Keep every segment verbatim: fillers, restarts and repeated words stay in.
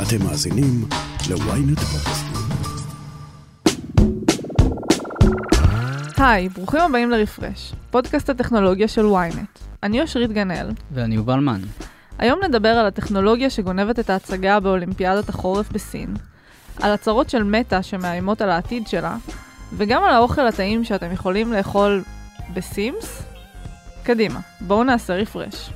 אתם מאזינים ל-ynet פודקאסטים. היי, ברוכים הבאים לרפרש, פודקאסט הטכנולוגיה של ynet. אני אושרית גנאל. ואני יובל מן. היום נדבר על הטכנולוגיה שגונבת את ההצגה באולימפיאדת החורף בסין, על הצרות של מטה שמאיימות על העתיד שלה, וגם על האוכל הטעים שאתם יכולים לאכול בסימס. קדימה, בואו נעשה רפרש.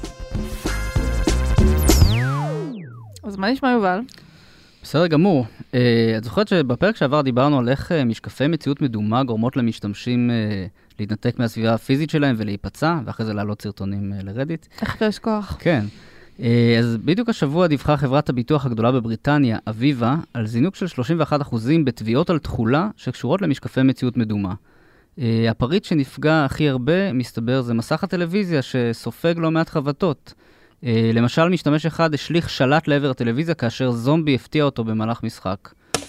אז מה נשמע יובל? בסדר גמור. Uh, את זוכרת שבפרק שעבר דיברנו על איך uh, משקפי מציאות מדומה גורמות למשתמשים uh, להתנתק מהסביבה הפיזית שלהם ולהיפצע, ואחרי זה לעלות סרטונים uh, לרדיט. איך יש כוח? כן. Uh, אז בדיוק השבוע דיווחה חברת הביטוח הגדולה בבריטניה, אביבה, על זינוק של שלושים ואחד אחוז בתביעות על תחולה שקשורות למשקפי מציאות מדומה. Uh, הפריט שנפגע הכי הרבה, מסתבר, זה מסך הטלוויזיה שסופג לא מעט חבטות. Uh, למשל, משתמש אחד השליך שלט לעבר הטלוויזיה כאשר זומבי הפתיע אותו במהלך משחק.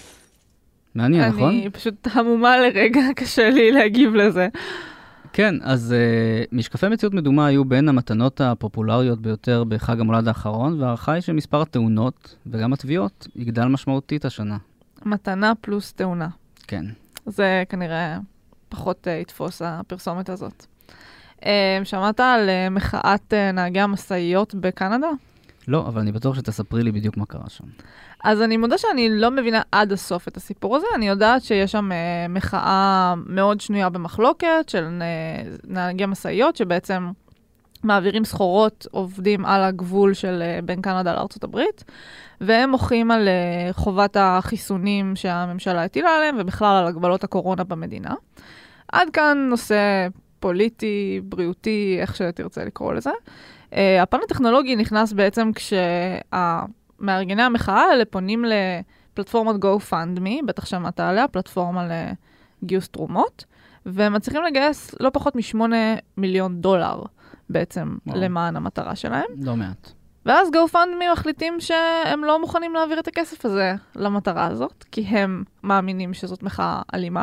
מעניין, אני נכון? אני פשוט המומה לרגע, קשה לי להגיב לזה. כן, אז uh, משקפי מציאות מדומה היו בין המתנות הפופולריות ביותר בחג המולד האחרון, והערכה היא שמספר התאונות וגם התביעות יגדל משמעותית השנה. מתנה פלוס תאונה. כן. זה כנראה פחות uh, יתפוס הפרסומת הזאת. Uh, שמעת על uh, מחאת uh, נהגי המשאיות בקנדה? לא, אבל אני בטוח שתספרי לי בדיוק מה קרה שם. אז אני מודה שאני לא מבינה עד הסוף את הסיפור הזה. אני יודעת שיש שם uh, מחאה מאוד שנויה במחלוקת של uh, נהגי משאיות, שבעצם מעבירים סחורות עובדים על הגבול של uh, בין קנדה לארצות הברית, והם מוחים על uh, חובת החיסונים שהממשלה הטילה עליהם, ובכלל על הגבלות הקורונה במדינה. עד כאן נושא פוליטי, בריאותי, איך שתרצה לקרוא לזה. Uh, הפן הטכנולוגי נכנס בעצם כשמארגני המחאה האלה פונים לפלטפורמת GoFundMe, בטח שמעת עליה, פלטפורמה לגיוס תרומות, והם מצליחים לגייס לא פחות משמונה מיליון דולר בעצם וואו. למען המטרה שלהם. לא מעט. ואז GoFundMe מחליטים שהם לא מוכנים להעביר את הכסף הזה למטרה הזאת, כי הם מאמינים שזאת מחאה אלימה.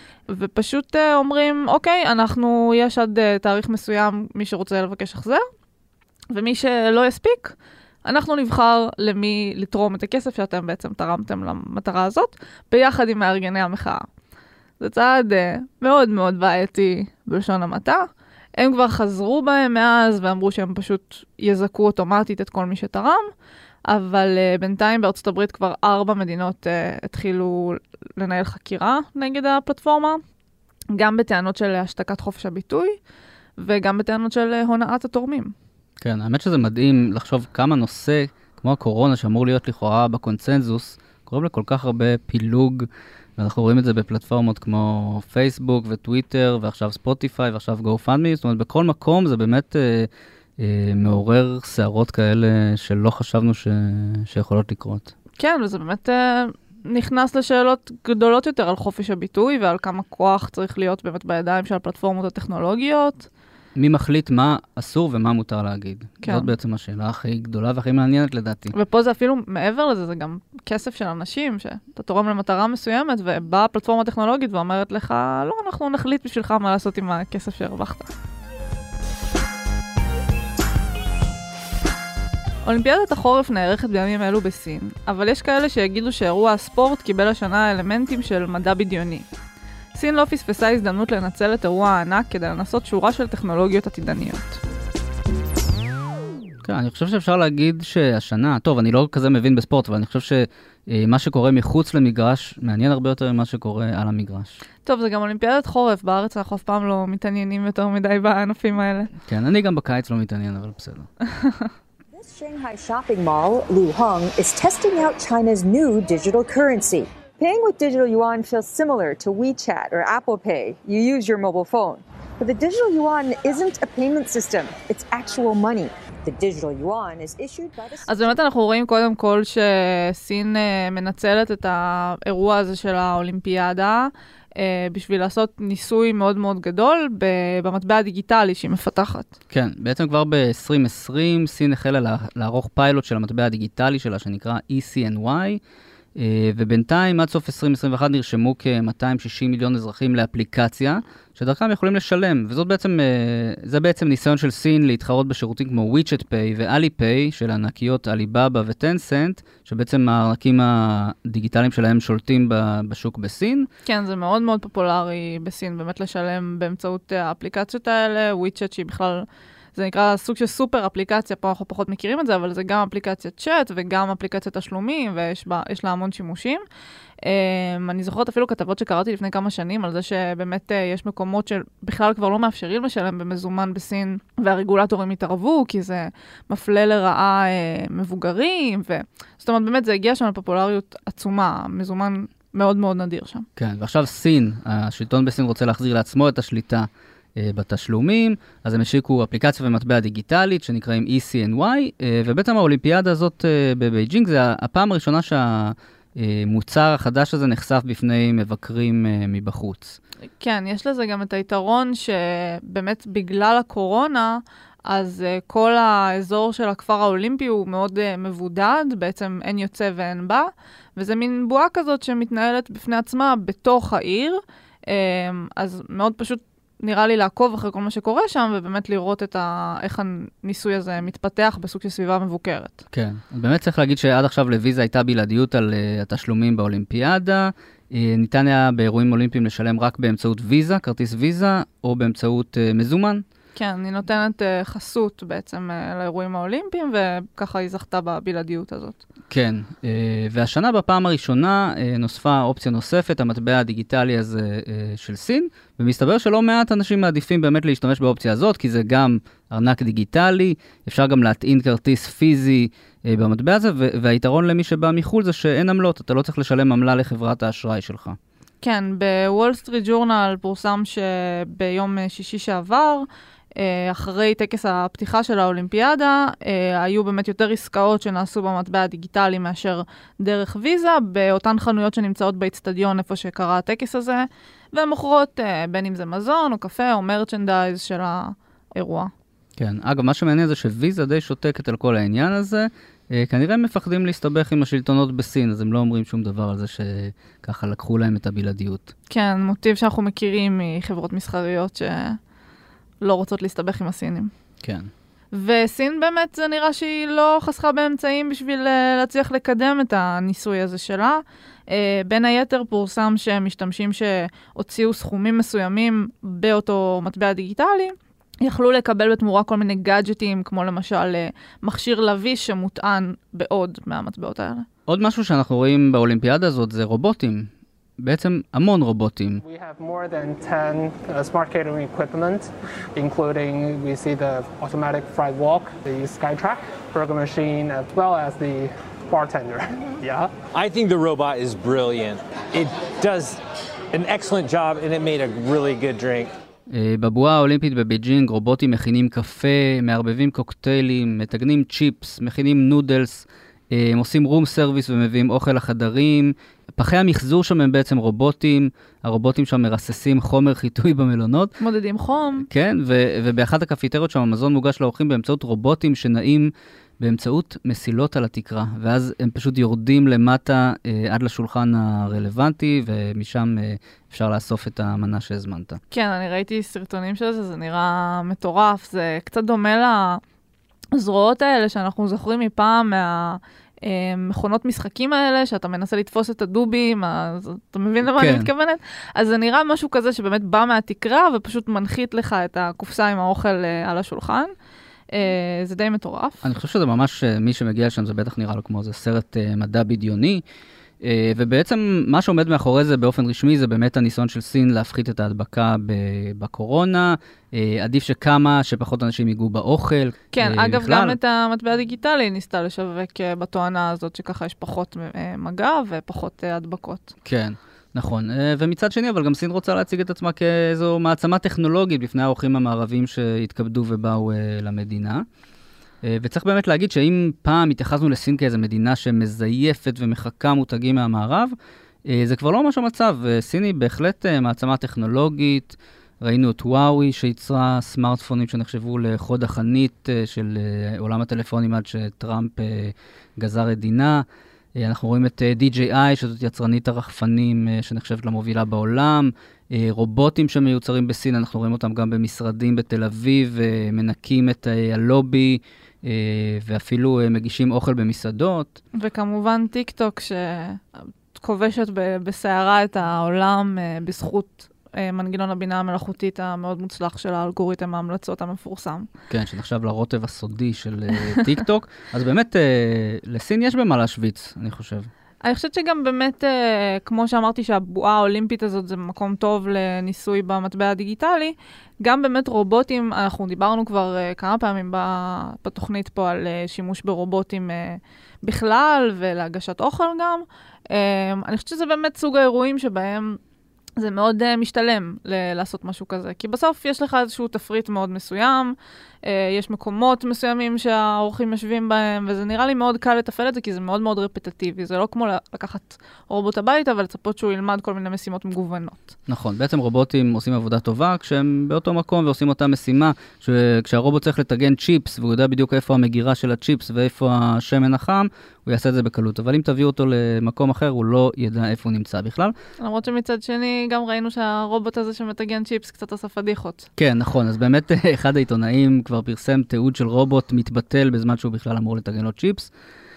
ופשוט uh, אומרים, אוקיי, אנחנו, יש עד uh, תאריך מסוים מי שרוצה לבקש החזר, ומי שלא יספיק, אנחנו נבחר למי לתרום את הכסף שאתם בעצם תרמתם למטרה הזאת, ביחד עם מארגני המחאה. זה צעד uh, מאוד מאוד בעייתי בלשון המעטה. הם כבר חזרו בהם מאז, ואמרו שהם פשוט יזכו אוטומטית את כל מי שתרם, אבל uh, בינתיים בארצות הברית כבר ארבע מדינות uh, התחילו לנהל חקירה נגד הפלטפורמה, גם בטענות של השתקת חופש הביטוי, וגם בטענות של uh, הונאת התורמים. כן, האמת שזה מדהים לחשוב כמה נושא, כמו הקורונה, שאמור להיות לכאורה בקונצנזוס, קוראים לכל כך הרבה פילוג, ואנחנו רואים את זה בפלטפורמות כמו פייסבוק וטוויטר, ועכשיו ספוטיפיי, ועכשיו GoFundMe, זאת אומרת, בכל מקום זה באמת uh, uh, מעורר שערות כאלה שלא חשבנו ש... שיכולות לקרות. כן, וזה באמת uh, נכנס לשאלות גדולות יותר על חופש הביטוי, ועל כמה כוח צריך להיות באמת בידיים של הפלטפורמות הטכנולוגיות. מי מחליט מה אסור ומה מותר להגיד. כן. זאת בעצם השאלה הכי גדולה והכי מעניינת לדעתי. ופה זה אפילו מעבר לזה, זה גם כסף של אנשים, שאתה תורם למטרה מסוימת, ובאה הפלטפורמה הטכנולוגית ואומרת לך, לא, אנחנו נחליט בשבילך מה לעשות עם הכסף שהרווחת. אולימפיאדת החורף נערכת בימים אלו בסין, אבל יש כאלה שיגידו שאירוע הספורט קיבל השנה אלמנטים של מדע בדיוני. סין לא פספסה הזדמנות לנצל את אירוע הענק כדי לנסות שורה של טכנולוגיות עתידניות. כן, אני חושב שאפשר להגיד שהשנה, טוב, אני לא כזה מבין בספורט, אבל אני חושב שמה שקורה מחוץ למגרש מעניין הרבה יותר ממה שקורה על המגרש. טוב, זה גם אולימפיאדת חורף, בארץ אנחנו אף פעם לא מתעניינים יותר מדי בענפים האלה. כן, אני גם בקיץ לא מתעניין, אבל בסדר. This Shanghai shopping mall, Luhong, is testing out China's new digital currency. Paying with digital yuan feels similar to WeChat or Apple Pay. You use your mobile phone. But the digital yuan isn't a payment system. It's actual money. The digital yuan is issued by the... אז באמת אנחנו רואים קודם כל שסין מנצלת את האירוע הזה של האולימפיאדה בשביל לעשות ניסוי מאוד מאוד גדול במטבע הדיגיטלי שהיא מפתחת. כן, בעצם כבר ב-עשרים עשרים סין החלה לערוך פיילוט של המטבע הדיגיטלי שלה שנקרא E C N Y, ובינתיים עד סוף עשרים עשרים ואחת נרשמו כ-מאתיים ושישים מיליון אזרחים לאפליקציה, שדרכם יכולים לשלם, וזאת בעצם, זה בעצם ניסיון של סין להתחרות בשירותים כמו WeChat Pay ו-Alipay, של ענקיות Alibaba ו-Tencent, שבעצם הענקים הדיגיטליים שלהם שולטים בשוק בסין. כן, זה מאוד מאוד פופולרי בסין, באמת לשלם באמצעות האפליקציות האלה, WeChat שהיא בכלל... זה נקרא סוג של סופר אפליקציה, פה אנחנו פחות מכירים את זה, אבל זה גם אפליקציית צ'אט וגם אפליקציית תשלומים, ויש בה, יש לה המון שימושים. אני זוכרת אפילו כתבות שקראתי לפני כמה שנים, על זה שבאמת יש מקומות שבכלל כבר לא מאפשרים לשלם במזומן בסין, והרגולטורים התערבו, כי זה מפלה לרעה מבוגרים, ו... זאת אומרת, באמת זה הגיע שם לפופולריות עצומה, מזומן מאוד מאוד נדיר שם. כן, ועכשיו סין, השלטון בסין רוצה להחזיר לעצמו את השליטה, בתשלומים, אז הם השיקו אפליקציה ומטבע דיגיטלית שנקראים E C N Y, ובעצם האולימפיאדה הזאת בבייג'ינג זה הפעם הראשונה שהמוצר החדש הזה נחשף בפני מבקרים מבחוץ. כן, יש לזה גם את היתרון שבאמת בגלל הקורונה, אז כל האזור של הכפר האולימפי הוא מאוד מבודד, בעצם אין יוצא ואין בא, וזה מין בועה כזאת שמתנהלת בפני עצמה בתוך העיר, אז מאוד פשוט נראה לי לעקוב אחרי כל מה שקורה שם, ובאמת לראות את ה... איך הניסוי הזה מתפתח בסוג של סביבה מבוקרת. כן, באמת צריך להגיד שעד עכשיו לוויזה הייתה בלעדיות על uh, התשלומים באולימפיאדה, uh, ניתן היה באירועים אולימפיים לשלם רק באמצעות ויזה, כרטיס ויזה, או באמצעות uh, מזומן. כן, אני נותנת uh, חסות בעצם uh, לאירועים האולימפיים, וככה היא זכתה בבלעדיות הזאת. כן, uh, והשנה בפעם הראשונה uh, נוספה אופציה נוספת, המטבע הדיגיטלי הזה uh, של סין, ומסתבר שלא מעט אנשים מעדיפים באמת להשתמש באופציה הזאת, כי זה גם ארנק דיגיטלי, אפשר גם להטעין כרטיס פיזי uh, במטבע הזה, והיתרון למי שבא מחול זה שאין עמלות, אתה לא צריך לשלם עמלה לחברת האשראי שלך. כן, בוול סטריט ג'ורנל פורסם שביום שישי שעבר, אחרי טקס הפתיחה של האולימפיאדה, היו באמת יותר עסקאות שנעשו במטבע הדיגיטלי מאשר דרך ויזה, באותן חנויות שנמצאות באצטדיון איפה שקרה הטקס הזה, והן מוכרות בין אם זה מזון או קפה או מרצ'נדייז של האירוע. כן, אגב, מה שמעניין זה שוויזה די שותקת על כל העניין הזה, כנראה הם מפחדים להסתבך עם השלטונות בסין, אז הם לא אומרים שום דבר על זה שככה לקחו להם את הבלעדיות. כן, מוטיב שאנחנו מכירים מחברות מסחריות ש... לא רוצות להסתבך עם הסינים. כן. וסין באמת זה נראה שהיא לא חסכה באמצעים בשביל להצליח לקדם את הניסוי הזה שלה. בין היתר פורסם שהם משתמשים שהוציאו סכומים מסוימים באותו מטבע דיגיטלי, יכלו לקבל בתמורה כל מיני גאדג'טים, כמו למשל מכשיר לביש שמוטען בעוד מהמטבעות האלה. עוד משהו שאנחנו רואים באולימפיאדה הזאת זה רובוטים. בעצם המון רובוטים. We have more than ten uh, smart catering equipment, including we see the automatic flight walk, the Skytrack, burger machine, as well as the bartender. Yeah. I think the robot is brilliant. It does an excellent job and it made a really good drink. בבועה האולימפית בבייג'ינג רובוטים מכינים קפה, מערבבים קוקטיילים, מתגנים צ'יפס, מכינים נודלס, הם עושים רום סרוויס ומביאים אוכל לחדרים. פחי המחזור שם הם בעצם רובוטים, הרובוטים שם מרססים חומר חיטוי במלונות. מודדים חום. כן, ו- ובאחת הקפיטריות שם המזון מוגש לאורחים באמצעות רובוטים שנעים באמצעות מסילות על התקרה, ואז הם פשוט יורדים למטה אה, עד לשולחן הרלוונטי, ומשם אה, אפשר לאסוף את המנה שהזמנת. כן, אני ראיתי סרטונים של זה, זה נראה מטורף, זה קצת דומה לזרועות האלה שאנחנו זוכרים מפעם מה... מכונות משחקים האלה, שאתה מנסה לתפוס את הדובים, אז אתה מבין למה אני מתכוונת? אז זה נראה משהו כזה שבאמת בא מהתקרה, ופשוט מנחית לך את הקופסה עם האוכל על השולחן. זה די מטורף. אני חושב שזה ממש, מי שמגיע לשם, זה בטח נראה לו כמו זה סרט מדע בדיוני, ובעצם מה שעומד מאחורי זה באופן רשמי, זה באמת הניסיון של סין להפחית את ההדבקה בקורונה, עדיף שכמה שפחות אנשים ייגעו באוכל. כן, אגב, גם את המטבע הדיגיטלי ניסתה לשווק בתואנה הזאת, שככה יש פחות מגע ופחות הדבקות. כן, נכון. ומצד שני, אבל גם סין רוצה להציג את עצמה כאיזו מעצמה טכנולוגית בפני האורחים המערבים שהתכבדו ובאו למדינה. וצריך באמת להגיד שאם פעם התייחסנו לסין כאיזו מדינה שמזייפת ומחכה מותגים מהמערב, זה כבר לא ממש המצב. סין היא בהחלט מעצמה טכנולוגית. ראינו את וואוי שיצרה סמארטפונים שנחשבו לחוד החנית של עולם הטלפונים עד שטראמפ גזר את דינה. אנחנו רואים את די ג'יי איי, שזאת יצרנית הרחפנים שנחשבת למובילה בעולם, רובוטים שמיוצרים בסין, אנחנו רואים אותם גם במשרדים בתל אביב, מנקים את הלובי, ואפילו מגישים אוכל במסעדות. וכמובן טיק טוק שכובשת בסערה את העולם בזכות מנגנון הבינה המלאכותית המאוד מוצלח של האלגוריתם ההמלצות המפורסם. כן, שנחשב לרוטב הסודי של טיק טוק. אז באמת, לסין יש במה להשוויץ, אני חושב. אני חושבת שגם באמת, כמו שאמרתי שהבועה האולימפית הזאת זה מקום טוב לניסוי במטבע הדיגיטלי, גם באמת רובוטים, אנחנו דיברנו כבר כמה פעמים בתוכנית פה על שימוש ברובוטים בכלל ולהגשת אוכל גם. אני חושבת שזה באמת סוג האירועים שבהם זה מאוד uh, משתלם ל- לעשות משהו כזה. כי בסוף יש לך איזשהו תפריט מאוד מסוים, uh, יש מקומות מסוימים שהאורחים יושבים בהם, וזה נראה לי מאוד קל לתפעל את זה, כי זה מאוד מאוד רפטטיבי. זה לא כמו לקחת רובוט הביתה, אבל לצפות שהוא ילמד כל מיני משימות מגוונות. נכון, בעצם רובוטים עושים עבודה טובה, כשהם באותו מקום ועושים אותה משימה, ש- כשהרובוט צריך לתגן צ'יפס, והוא יודע בדיוק איפה המגירה של הצ'יפס ואיפה השמן החם, הוא יעשה את זה בקלות. אבל אם תביאו אותו למקום אחר, הוא לא ידע איפה הוא נמצא בכלל. למרות שמצד שני, גם ראינו שהרובוט הזה שמתגן צ'יפס קצת עשה פדיחות. כן, נכון. אז באמת אחד העיתונאים כבר פרסם תיעוד של רובוט מתבטל בזמן שהוא בכלל אמור לתגן לו צ'יפס.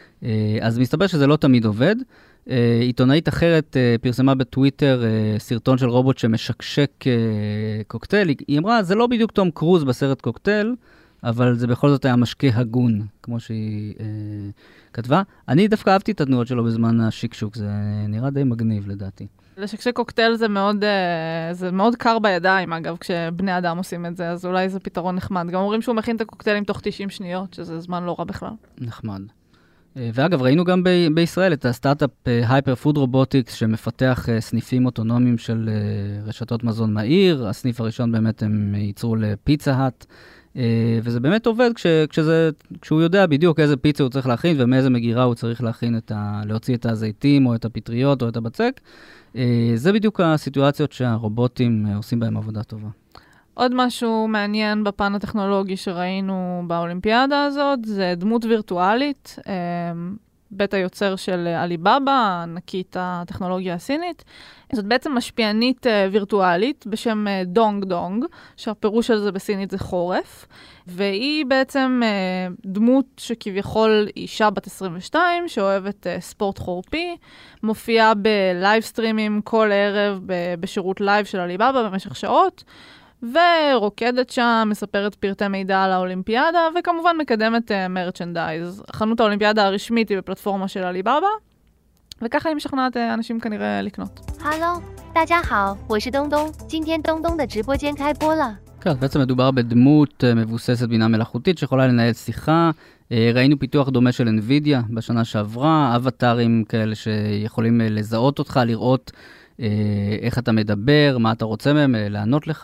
אז מסתבר שזה לא תמיד עובד. עיתונאית אחרת פרסמה בטוויטר סרטון של רובוט שמשקשק קוקטייל. היא אמרה, זה לא בדיוק תום קרוז בסרט קוקטייל, אבל זה בכל זאת היה משקה הגון, כמו שהיא אה, כתבה. אני דווקא אהבתי את התנועות שלו בזמן השיקשוק, זה נראה די מגניב לדעתי. לשקשק קוקטייל זה מאוד, אה, זה מאוד קר בידיים, אגב, כשבני אדם עושים את זה, אז אולי זה פתרון נחמד. גם אומרים שהוא מכין את הקוקטיילים תוך תשעים שניות, שזה זמן לא רע בכלל. נחמד. אה, ואגב, ראינו גם ב- בישראל את הסטארט-אפ הייפר פוד רובוטיקס, שמפתח אה, סניפים אוטונומיים של אה, רשתות מזון מהיר. הסניף הראשון באמת הם ייצרו לפיצה האט, Uh, וזה באמת עובד כש, כשזה, כשהוא יודע בדיוק איזה פיצה הוא צריך להכין ומאיזה מגירה הוא צריך להכין את ה, להוציא את הזיתים או את הפטריות או את הבצק. Uh, זה בדיוק הסיטואציות שהרובוטים uh, עושים בהם עבודה טובה. עוד משהו מעניין בפן הטכנולוגי שראינו באולימפיאדה הזאת, זה דמות וירטואלית, uh, בית היוצר של אליבאבא, ענקית הטכנולוגיה הסינית. זאת בעצם משפיענית uh, וירטואלית בשם uh, דונג דונג, שהפירוש של זה בסינית זה חורף, והיא בעצם uh, דמות שכביכול אישה בת עשרים ושתיים, שאוהבת uh, ספורט חורפי, מופיעה בלייב סטרימים כל ערב ב- בשירות לייב של אליבאבא במשך שעות, ורוקדת שם, מספרת פרטי מידע על האולימפיאדה, וכמובן מקדמת מרצ'נדייז. Uh, חנות האולימפיאדה הרשמית היא בפלטפורמה של אליבאבא, וככה היא משכנעת אנשים כנראה לקנות. הלו, 大家好，我是东东，今天东东的直播间开播了。 כן, בעצם מדובר בדמות מבוססת בינה מלאכותית שיכולה לנהל שיחה. ראינו פיתוח דומה של NVIDIA בשנה שעברה, אבטרים כאלה שיכולים לזהות אותך, לראות איך אתה מדבר, מה אתה רוצה מהם, לענות לך.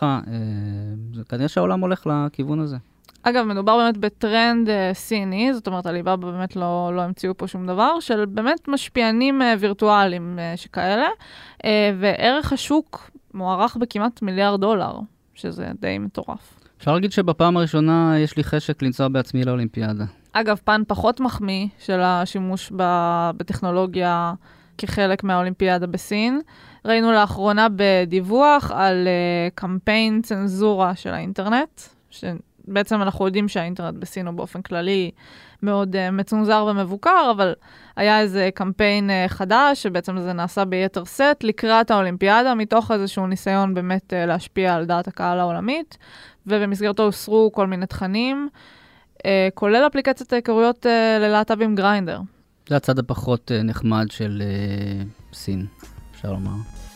זה כנראה שהעולם הולך לכיוון הזה. אגב, מדובר באמת בטרנד uh, סיני, זאת אומרת, אליבאבא באמת לא, לא המציאו פה שום דבר, של באמת משפיענים uh, וירטואליים uh, שכאלה, uh, וערך השוק מוערך בכמעט מיליארד דולר, שזה די מטורף. אפשר להגיד שבפעם הראשונה יש לי חשק לנסוע בעצמי לאולימפיאדה. אגב, פן פחות מחמיא של השימוש ב- בטכנולוגיה כחלק מהאולימפיאדה בסין. ראינו לאחרונה בדיווח על uh, קמפיין צנזורה של האינטרנט, ש... בעצם אנחנו יודעים שהאינטרנט בסין הוא באופן כללי מאוד uh, מצונזר ומבוקר, אבל היה איזה קמפיין uh, חדש, שבעצם זה נעשה ביתר סט לקראת האולימפיאדה, מתוך איזשהו ניסיון באמת uh, להשפיע על דעת הקהל העולמית, ובמסגרתו הוסרו כל מיני תכנים, uh, כולל אפליקציית ההיכרויות uh, ללהט"בים גריינדר. זה הצד הפחות uh, נחמד של uh, סין, אפשר לומר.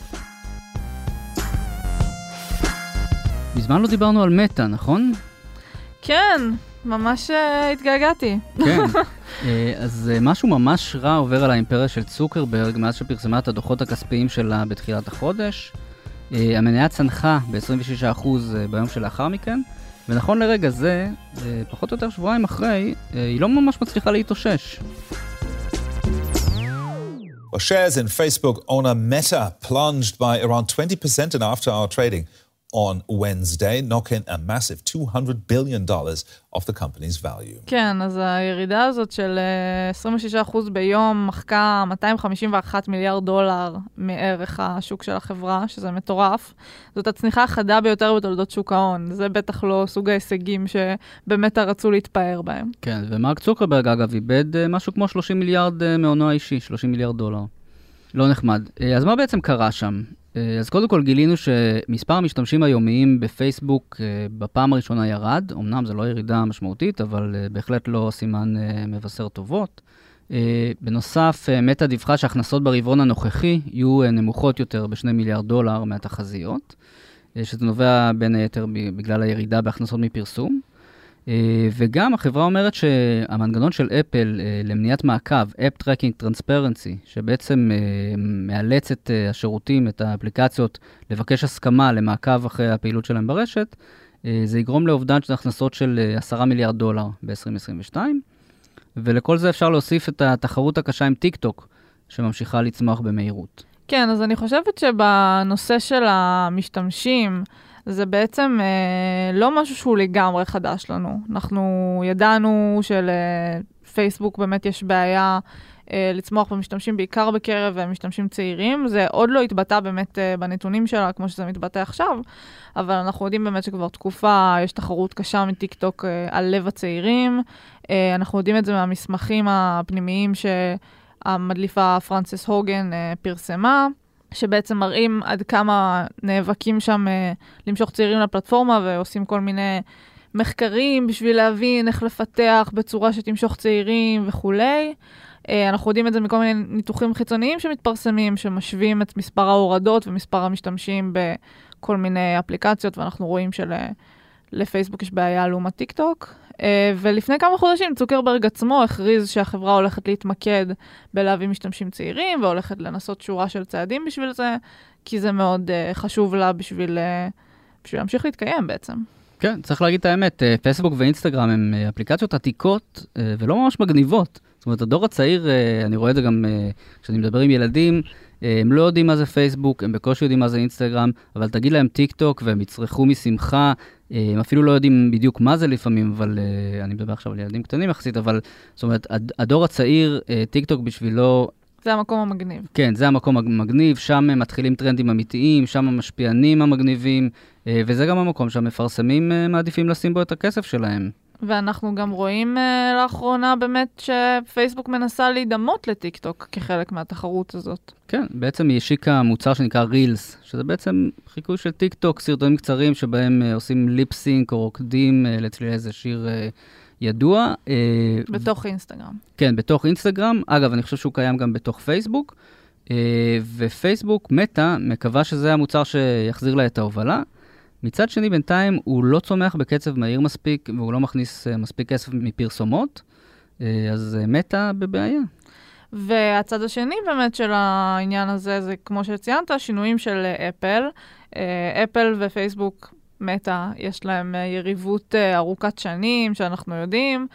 בזמן לא דיברנו על מטא, נכון? כן, ממש uh, התגעגעתי. כן, uh, אז uh, משהו ממש רע עובר על האימפריה של צוקרברג, מאז שפרסמה את הדוחות הכספיים שלה בתחילת החודש. Uh, המניה צנחה ב-עשרים ושישה אחוז uh, ביום שלאחר מכן, ונכון לרגע זה, uh, פחות או יותר שבועיים אחרי, uh, היא לא ממש מצליחה להתאושש. Well, shares in Facebook owner Meta plunged by around twenty percent in after-hour trading. on Wednesday, knocking a massive two hundred billion dollars off the company's value. כן, אז הירידה הזאת של עשרים ושישה אחוז ביום מחקה מאתיים חמישים ואחד מיליארד דולר מערך השוק של החברה, שזה מטורף. זאת הצניחה החדה ביותר בתולדות שוק ההון. זה בטח לא סוג ההישגים שבאמת רצו להתפאר בהם. כן, ומרק צוקרברג אגב איבד משהו כמו שלושים מיליארד מהונו האישי, שלושים מיליארד דולר. לא נחמד. אז מה בעצם קרה שם? אז קודם כל גילינו שמספר המשתמשים היומיים בפייסבוק בפעם הראשונה ירד, אמנם זו לא ירידה משמעותית, אבל בהחלט לא סימן מבשר טובות. בנוסף, מטה דיווחה שההכנסות ברבעון הנוכחי יהיו נמוכות יותר בשני מיליארד דולר מהתחזיות, שזה נובע בין היתר בגלל הירידה בהכנסות מפרסום. וגם החברה אומרת שהמנגנון של אפל למניעת מעקב, App Tracking Transparency, שבעצם מאלץ את השירותים, את האפליקציות, לבקש הסכמה למעקב אחרי הפעילות שלהם ברשת, זה יגרום לאובדן של הכנסות של עשרה מיליארד דולר ב-עשרים עשרים ושתיים, ולכל זה אפשר להוסיף את התחרות הקשה עם טיק טוק, שממשיכה לצמוח במהירות. כן, אז אני חושבת שבנושא של המשתמשים, זה בעצם אה, לא משהו שהוא לגמרי חדש לנו. אנחנו ידענו שלפייסבוק באמת יש בעיה אה, לצמוח במשתמשים בעיקר בקרב משתמשים צעירים. זה עוד לא התבטא באמת אה, בנתונים שלה כמו שזה מתבטא עכשיו, אבל אנחנו יודעים באמת שכבר תקופה יש תחרות קשה מטיק טוק אה, על לב הצעירים. אה, אנחנו יודעים את זה מהמסמכים הפנימיים שהמדליפה פרנסיס הוגן אה, פרסמה. שבעצם מראים עד כמה נאבקים שם למשוך צעירים לפלטפורמה, ועושים כל מיני מחקרים בשביל להבין איך לפתח בצורה שתמשוך צעירים וכולי. אנחנו יודעים את זה מכל מיני ניתוחים חיצוניים שמתפרסמים, שמשווים את מספר ההורדות ומספר המשתמשים בכל מיני אפליקציות, ואנחנו רואים שלפייסבוק יש בעיה לעומת טיק טוק. ולפני כמה חודשים צוקרברג עצמו הכריז שהחברה הולכת להתמקד בלהביא משתמשים צעירים, והולכת לנסות שורה של צעדים בשביל זה, כי זה מאוד חשוב לה בשביל, בשביל להמשיך להתקיים בעצם. כן, צריך להגיד את האמת, פייסבוק ואינסטגרם הם אפליקציות עתיקות ולא ממש מגניבות. זאת אומרת, הדור הצעיר, אני רואה את זה גם כשאני מדבר עם ילדים, הם לא יודעים מה זה פייסבוק, הם בקושי יודעים מה זה אינסטגרם, אבל תגיד להם טיק טוק והם יצרכו משמחה, הם אפילו לא יודעים בדיוק מה זה לפעמים, אבל אני מדבר עכשיו על ילדים קטנים יחסית, אבל זאת אומרת, הדור הצעיר, טיק טוק בשבילו... זה המקום המגניב. כן, זה המקום המגניב, שם מתחילים טרנדים אמיתיים, שם המשפיענים המגניבים, וזה גם המקום שהמפרסמים מעדיפים לשים בו את הכסף שלהם. ואנחנו גם רואים uh, לאחרונה באמת שפייסבוק מנסה להידמות לטיק טוק כחלק מהתחרות הזאת. כן, בעצם היא השיקה מוצר שנקרא רילס, שזה בעצם חיקוי של טיק טוק, סרטונים קצרים שבהם uh, עושים ליפסינק או רוקדים uh, לצלילי איזה שיר uh, ידוע. Uh, בתוך אינסטגרם. כן, בתוך אינסטגרם. אגב, אני חושב שהוא קיים גם בתוך פייסבוק. Uh, ופייסבוק, מטה, מקווה שזה המוצר שיחזיר לה את ההובלה. מצד שני, בינתיים הוא לא צומח בקצב מהיר מספיק, והוא לא מכניס מספיק כסף מפרסומות, אז מטה בבעיה. והצד השני באמת של העניין הזה, זה כמו שציינת, שינויים של אפל. אפל ופייסבוק, מטה, יש להם יריבות ארוכת שנים, שאנחנו יודעים,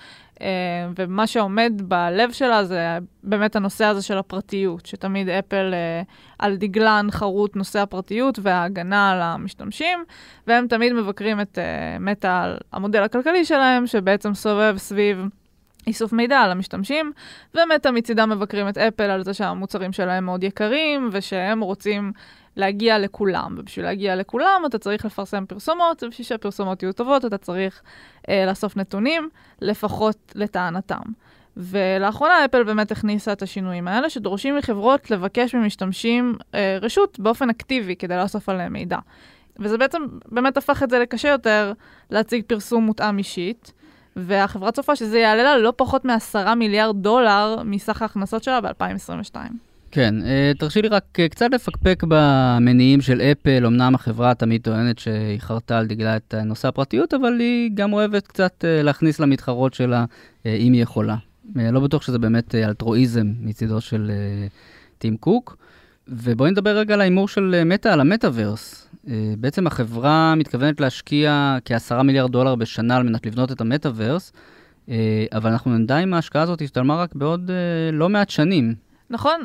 ומה שעומד בלב שלה זה באמת הנושא הזה של הפרטיות, שתמיד אפל על דגלן חרוט נושא הפרטיות וההגנה על המשתמשים, והם תמיד מבקרים את מטה על המודל הכלכלי שלהם, שבעצם סובב סביב איסוף מידע על המשתמשים, ומטה מצידם מבקרים את אפל על זה שהמוצרים שלהם מאוד יקרים, ושהם רוצים להגיע לכולם, ובשביל להגיע לכולם אתה צריך לפרסם פרסומות, ובשביל שהפרסומות יהיו טובות אתה צריך אה, לאסוף נתונים, לפחות לטענתם. ולאחרונה אפל באמת הכניסה את השינויים האלה, שדורשים מחברות לבקש ממשתמשים אה, רשות באופן אקטיבי כדי לאסוף עליהם מידע. וזה בעצם באמת הפך את זה לקשה יותר להציג פרסום מותאם אישית, והחברה צופה שזה יעלה לה לא פחות מעשרה מיליארד דולר מסך ההכנסות שלה ב-אלפיים עשרים ושתיים. כן, תרשי לי רק קצת לפקפק במניעים של אפל. אמנם החברה תמיד טוענת שהיא חרתה על דגלה את נושא הפרטיות, אבל היא גם אוהבת קצת להכניס למתחרות שלה אם היא יכולה. לא בטוח שזה באמת אלטרואיזם מצידו של טים קוק. ובואי נדבר רגע על האימור של מטה, על המטאברס. בעצם החברה מתכוונת להשקיע כעשרה מיליארד דולר בשנה על מנת לבנות את המטאברס, אבל אנחנו נדע אם ההשקעה הזאת השתלמה רק בעוד לא מעט שנים. נכון,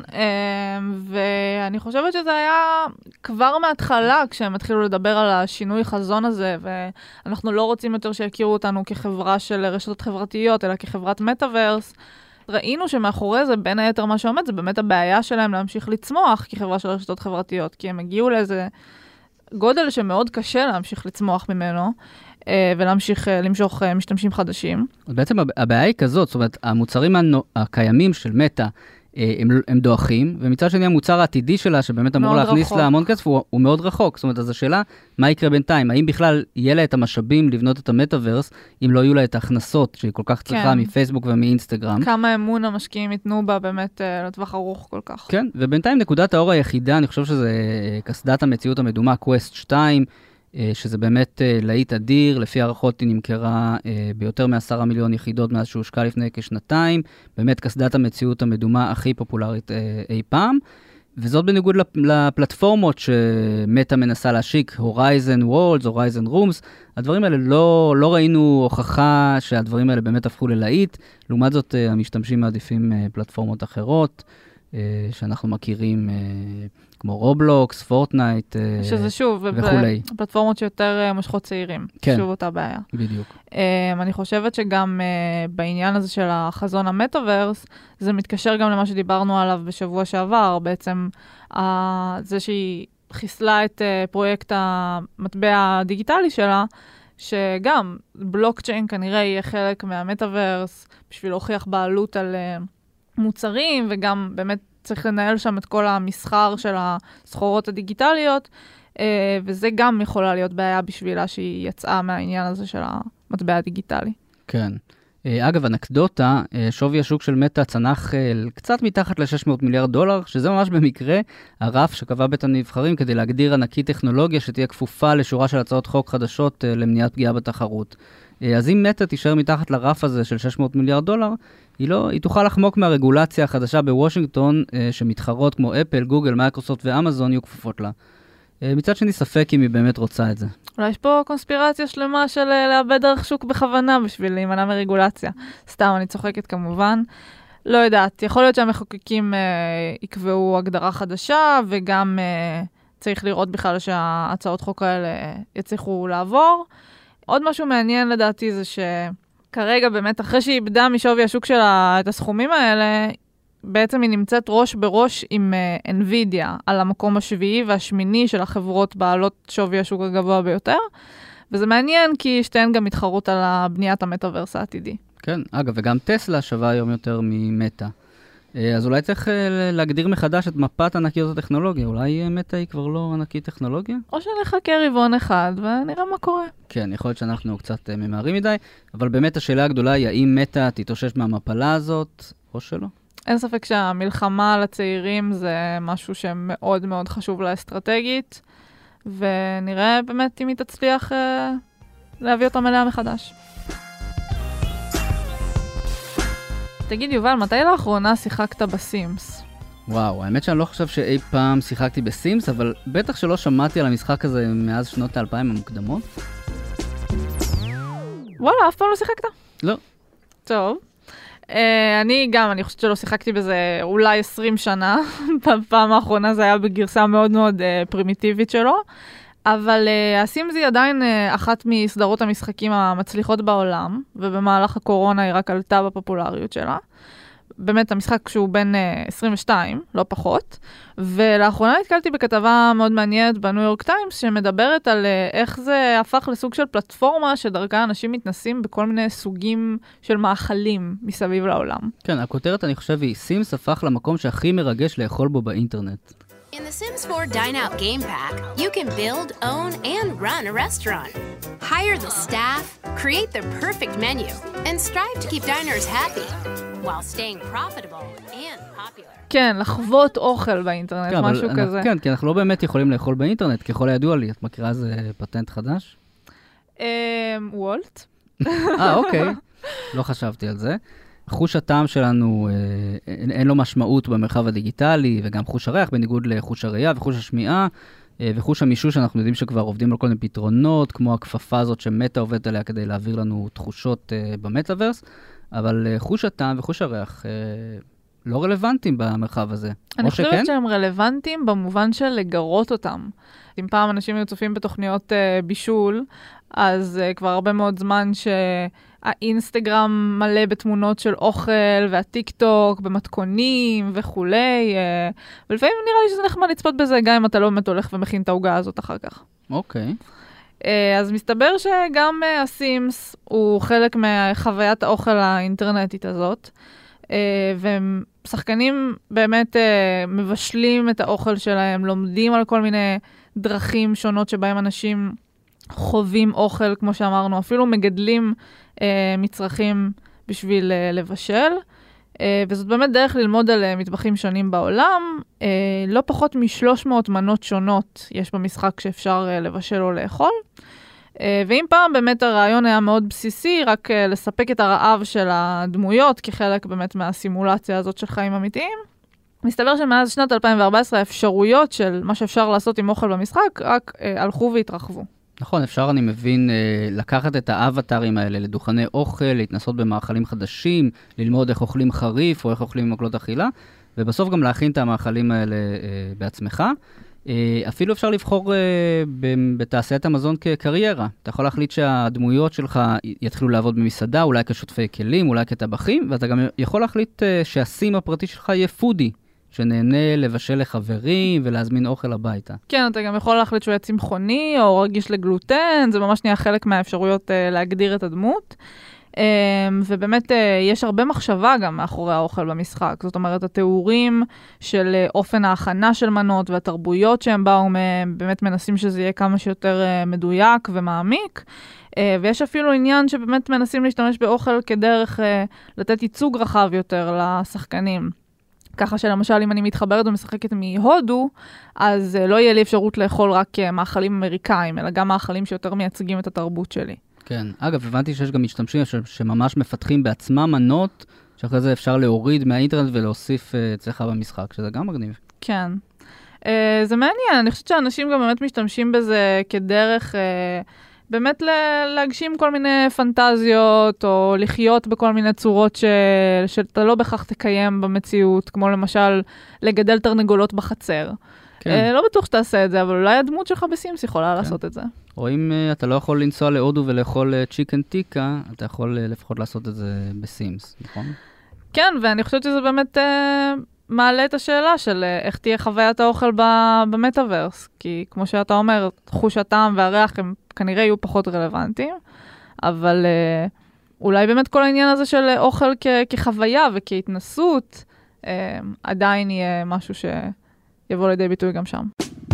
ואני חושבת שזה היה כבר מההתחלה כשהם התחילו לדבר על השינוי חזון הזה, ואנחנו לא רוצים יותר שיכירו אותנו כחברה של רשתות חברתיות, אלא כחברת מטאברס. ראינו שמאחורי זה, בין היתר מה שעומד, זה באמת הבעיה שלהם להמשיך לצמוח כחברה של רשתות חברתיות, כי הם הגיעו לאיזה גודל שמאוד קשה להמשיך לצמוח ממנו, ולהמשיך למשוך משתמשים חדשים. בעצם הבעיה היא כזאת, זאת אומרת, המוצרים הקיימים של מטא, הם, הם דועכים, ומצד שני המוצר העתידי שלה, שבאמת אמור להכניס לה המון כסף, הוא, הוא מאוד רחוק. זאת אומרת, אז השאלה, מה יקרה בינתיים? האם בכלל יהיה לה את המשאבים לבנות את המטאברס, אם לא יהיו לה את ההכנסות שהיא כל כך צריכה כן. מפייסבוק ומאינסטגרם? כמה אמון המשקיעים ייתנו בה באמת uh, לטווח ארוך כל כך. כן, ובינתיים נקודת האור היחידה, אני חושב שזה קסדת המציאות המדומה, קווסט שתיים, שזה באמת להיט אדיר, לפי הערכות היא נמכרה ביותר מעשרה מיליון יחידות מאז שהושקע לפני כשנתיים, באמת קסדת המציאות המדומה הכי פופולרית אי פעם, וזאת בניגוד לפלטפורמות שמטא מנסה להשיק, הורייזן וורלדס, הורייזן רומס, הדברים האלה לא, לא ראינו הוכחה שהדברים האלה באמת הפכו ללהיט, לעומת זאת המשתמשים מעדיפים פלטפורמות אחרות, שאנחנו מכירים כמו רובלוקס, פורטנייט שזה שוב, וכולי. פלטפורמות שיותר מושכות צעירים. כן. שוב אותה בעיה. בדיוק. אני חושבת שגם בעניין הזה של החזון המטאברס, זה מתקשר גם למה שדיברנו עליו בשבוע שעבר, בעצם זה שהיא חיסלה את פרויקט המטבע הדיגיטלי שלה, שגם בלוקצ'יין כנראה יהיה חלק מהמטאברס, בשביל להוכיח בעלות על מוצרים, וגם באמת צריך לנהל שם את כל המסחר של הסחורות הדיגיטליות, וזה גם יכולה להיות בעיה בשבילה שהיא יצאה מהעניין הזה של המטבע הדיגיטלי. כן. אגב, אנקדוטה, שווי השוק של מטא צנח קצת מתחת ל-שש מאות מיליארד דולר, שזה ממש במקרה הרף שקבע בית הנבחרים כדי להגדיר ענקית טכנולוגיה שתהיה כפופה לשורה של הצעות חוק חדשות למניעת פגיעה בתחרות. אז אם מטא תישאר מתחת לרף הזה של שש מאות מיליארד דולר, היא, לא, היא תוכל לחמוק מהרגולציה החדשה בוושינגטון, שמתחרות כמו אפל, גוגל, מייקרוסופט ואמזון יהיו כפופות לה. מצד שני ספק אם היא באמת רוצה את זה. אולי יש פה קונספירציה שלמה של לאבד דרך שוק בכוונה בשביל להימנע מרגולציה. סתם, אני צוחקת כמובן. לא יודעת, יכול להיות שהמחוקקים אה, יקבעו הגדרה חדשה, וגם אה, צריך לראות בכלל שההצעות חוק האלה יצליחו לעבור. עוד משהו מעניין לדעתי זה שכרגע באמת אחרי שהיא איבדה משווי השוק שלה את הסכומים האלה, בעצם היא נמצאת ראש בראש עם uh, NVIDIA על המקום השביעי והשמיני של החברות בעלות שווי השוק הגבוה ביותר, וזה מעניין כי שתיהן גם מתחרות על הבניית המטאברס העתידי. כן, אגב, וגם טסלה שווה היום יותר ממטא. אז אולי צריך להגדיר מחדש את מפת ענקיות הטכנולוגיה. אולי מטא היא כבר לא ענקית טכנולוגיה? או שנחכה רבעון אחד ונראה מה קורה. כן, יכול להיות שאנחנו קצת ממהרים מדי, אבל באמת השאלה הגדולה היא האם מטא תתאושש מהמפלה הזאת או שלא? אין ספק שהמלחמה על הצעירים זה משהו שמאוד מאוד חשוב לה אסטרטגית, ונראה באמת אם היא תצליח אה, להביא אותה מלאה מחדש. תגיד יובל, מתי לאחרונה שיחקת בסימס? וואו, האמת שאני לא חושב שאי פעם שיחקתי בסימס, אבל בטח שלא שמעתי על המשחק הזה מאז שנות האלפיים המוקדמות. וואלה, אף פעם לא שיחקת? לא. טוב. Uh, אני גם, אני חושבת שלא שיחקתי בזה אולי עשרים שנה, בפעם האחרונה זה היה בגרסה מאוד מאוד uh, פרימיטיבית שלו, אבל uh, הסימס היא עדיין uh, אחת מסדרות המשחקים המצליחות בעולם, ובמהלך הקורונה היא רק עלתה בפופולריות שלה. באמת המשחק שהוא בין uh, עשרים ושתיים, לא פחות, ולאחרונה התקלתי בכתבה מאוד מעניינת בניו יורק טיימס, שמדברת על uh, איך זה הפך לסוג של פלטפורמה שדרכה אנשים מתנסים בכל מיני סוגים של מאכלים מסביב לעולם. כן, הכותרת אני חושב היא, סימס הפך למקום שהכי מרגש לאכול בו באינטרנט. In the Sims four Dine Out Game Pack, you can build, own, and run a restaurant. Hire the staff, create the perfect menu, and strive to keep diners happy, while staying profitable and popular. כן, לחוות אוכל באינטרנט, כן, משהו אבל, כזה. כן, כי אנחנו לא באמת יכולים לאכול באינטרנט, ככל הידוע לי. את מכירה איזה פטנט חדש? וולט. אה, אוקיי. לא חשבתי על זה. חוש הטעם שלנו, אין, אין לו משמעות במרחב הדיגיטלי, וגם חוש הריח, בניגוד לחוש הראייה וחוש השמיעה, וחוש המישוש, אנחנו יודעים שכבר עובדים על כל מיני פתרונות, כמו הכפפה הזאת שמטא עובדת עליה כדי להעביר לנו תחושות במטאברס, אבל חוש הטעם וחוש הריח לא רלוונטיים במרחב הזה. אני חושבת שכן? שהם רלוונטיים במובן של לגרות אותם. אם פעם אנשים היו צופים בתוכניות uh, בישול, אז uh, כבר הרבה מאוד זמן שהאינסטגרם מלא בתמונות של אוכל, והטיק טוק במתכונים וכולי, uh, ולפעמים נראה לי שזה נחמד לצפות בזה, גם אם אתה לא באמת הולך ומכין את ההוגה הזאת אחר כך. אוקיי. Uh, אז מסתבר שגם uh, הסימס הוא חלק מחוויית האוכל האינטרנטית הזאת, uh, והם שחקנים באמת uh, מבשלים את האוכל שלהם, לומדים על כל מיני דרכים שונות שבהם אנשים חווים אוכל, כמו שאמרנו, אפילו מגדלים אה, מצרכים בשביל אה, לבשל, אה, וזאת באמת דרך ללמוד על אה, מטבחים שונים בעולם. אה, לא פחות מ-שלוש מאות מנות שונות יש במשחק שאפשר אה, לבשל או לאכול. אה, ואם פעם באמת הרעיון היה מאוד בסיסי, רק אה, לספק את הרעב של הדמויות, כחלק באמת מהסימולציה הזאת של חיים אמיתיים, מסתבר שמאז שנת אלפיים וארבע עשרה האפשרויות של מה שאפשר לעשות עם אוכל במשחק רק אה, הלכו והתרחבו. נכון, אפשר, אני מבין, אה, לקחת את האבטרים האלה לדוכני אוכל, להתנסות במאכלים חדשים, ללמוד איך אוכלים חריף או איך אוכלים מקלות אכילה, ובסוף גם להכין את המאכלים האלה אה, בעצמך. אה, אפילו אפשר לבחור אה, ב- בתעשיית המזון כקריירה. אתה יכול להחליט שהדמויות שלך יתחילו לעבוד במסעדה, אולי כשותפי כלים, אולי כטבחים, ואתה גם יכול להחליט אה, שהסים הפרטי שלך יהיה פודי. שנהנה לבשל לחברים ולהזמין אוכל הביתה. כן, אתה גם יכול להחליט שהוא יהיה צמחוני או רגיש לגלוטן, זה ממש נהיה חלק מהאפשרויות uh, להגדיר את הדמות. Um, ובאמת uh, יש הרבה מחשבה גם מאחורי האוכל במשחק. זאת אומרת, התיאורים של uh, אופן ההכנה של מנות והתרבויות שהם באו מהם, באמת מנסים שזה יהיה כמה שיותר uh, מדויק ומעמיק. Uh, ויש אפילו עניין שבאמת מנסים להשתמש באוכל כדרך uh, לתת ייצוג רחב יותר לשחקנים. ככה שלמשל, אם אני מתחברת ומשחקת מהודו, אז לא יהיה לי אפשרות לאכול רק מאכלים אמריקאים, אלא גם מאכלים שיותר מייצגים את התרבות שלי. כן. אגב, הבנתי שיש גם משתמשים ש- שממש מפתחים בעצמם מנות, שאחרי זה אפשר להוריד מהאינטרנט ולהוסיף uh, אצלך במשחק, שזה גם מגניב. כן. Uh, זה מעניין. אני חושבת שאנשים גם באמת משתמשים בזה כדרך... Uh, באמת להגשים כל מיני פנטזיות, או לחיות בכל מיני צורות ש... שאתה לא בכך תקיים במציאות, כמו למשל לגדל תרנגולות בחצר. כן. לא בטוח שתעשה את זה, אבל אולי הדמות שלך בסימס יכולה כן. לעשות את זה. או אם אתה לא יכול לנסוע להודו ולאכול צ'יקן טיקה, אתה יכול לפחות לעשות את זה בסימס, נכון? כן, ואני חושבת שזה באמת... מעלה את השאלה של איך תהיה חוויית האוכל במטאברס, כי כמו שאתה אומר, חוש הטעם והריח הם כנראה יהיו פחות רלוונטיים, אבל אה, אולי באמת כל העניין הזה של אוכל כ- כחוויה וכהתנסות, אה, עדיין יהיה משהו שיבוא לידי ביטוי גם שם.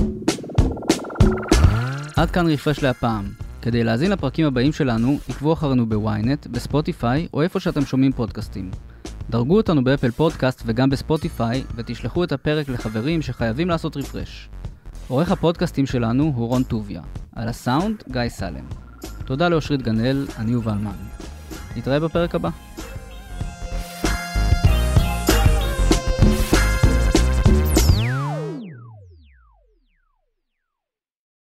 עד כאן רפרש להפעם. כדי להזין לפרקים הבאים שלנו, עקבו אחרינו בוויינט, בספוטיפיי או איפה שאתם שומעים פודקאסטים. דרגו אותנו באפל פודקאסט וגם בספוטיפיי, ותשלחו את הפרק לחברים שחייבים לעשות רפרש. עורך הפודקאסטים שלנו הוא רון טוביה. על הסאונד, גיא סלם. תודה לאושרית גנאל, אני יובל מן. נתראה בפרק הבא.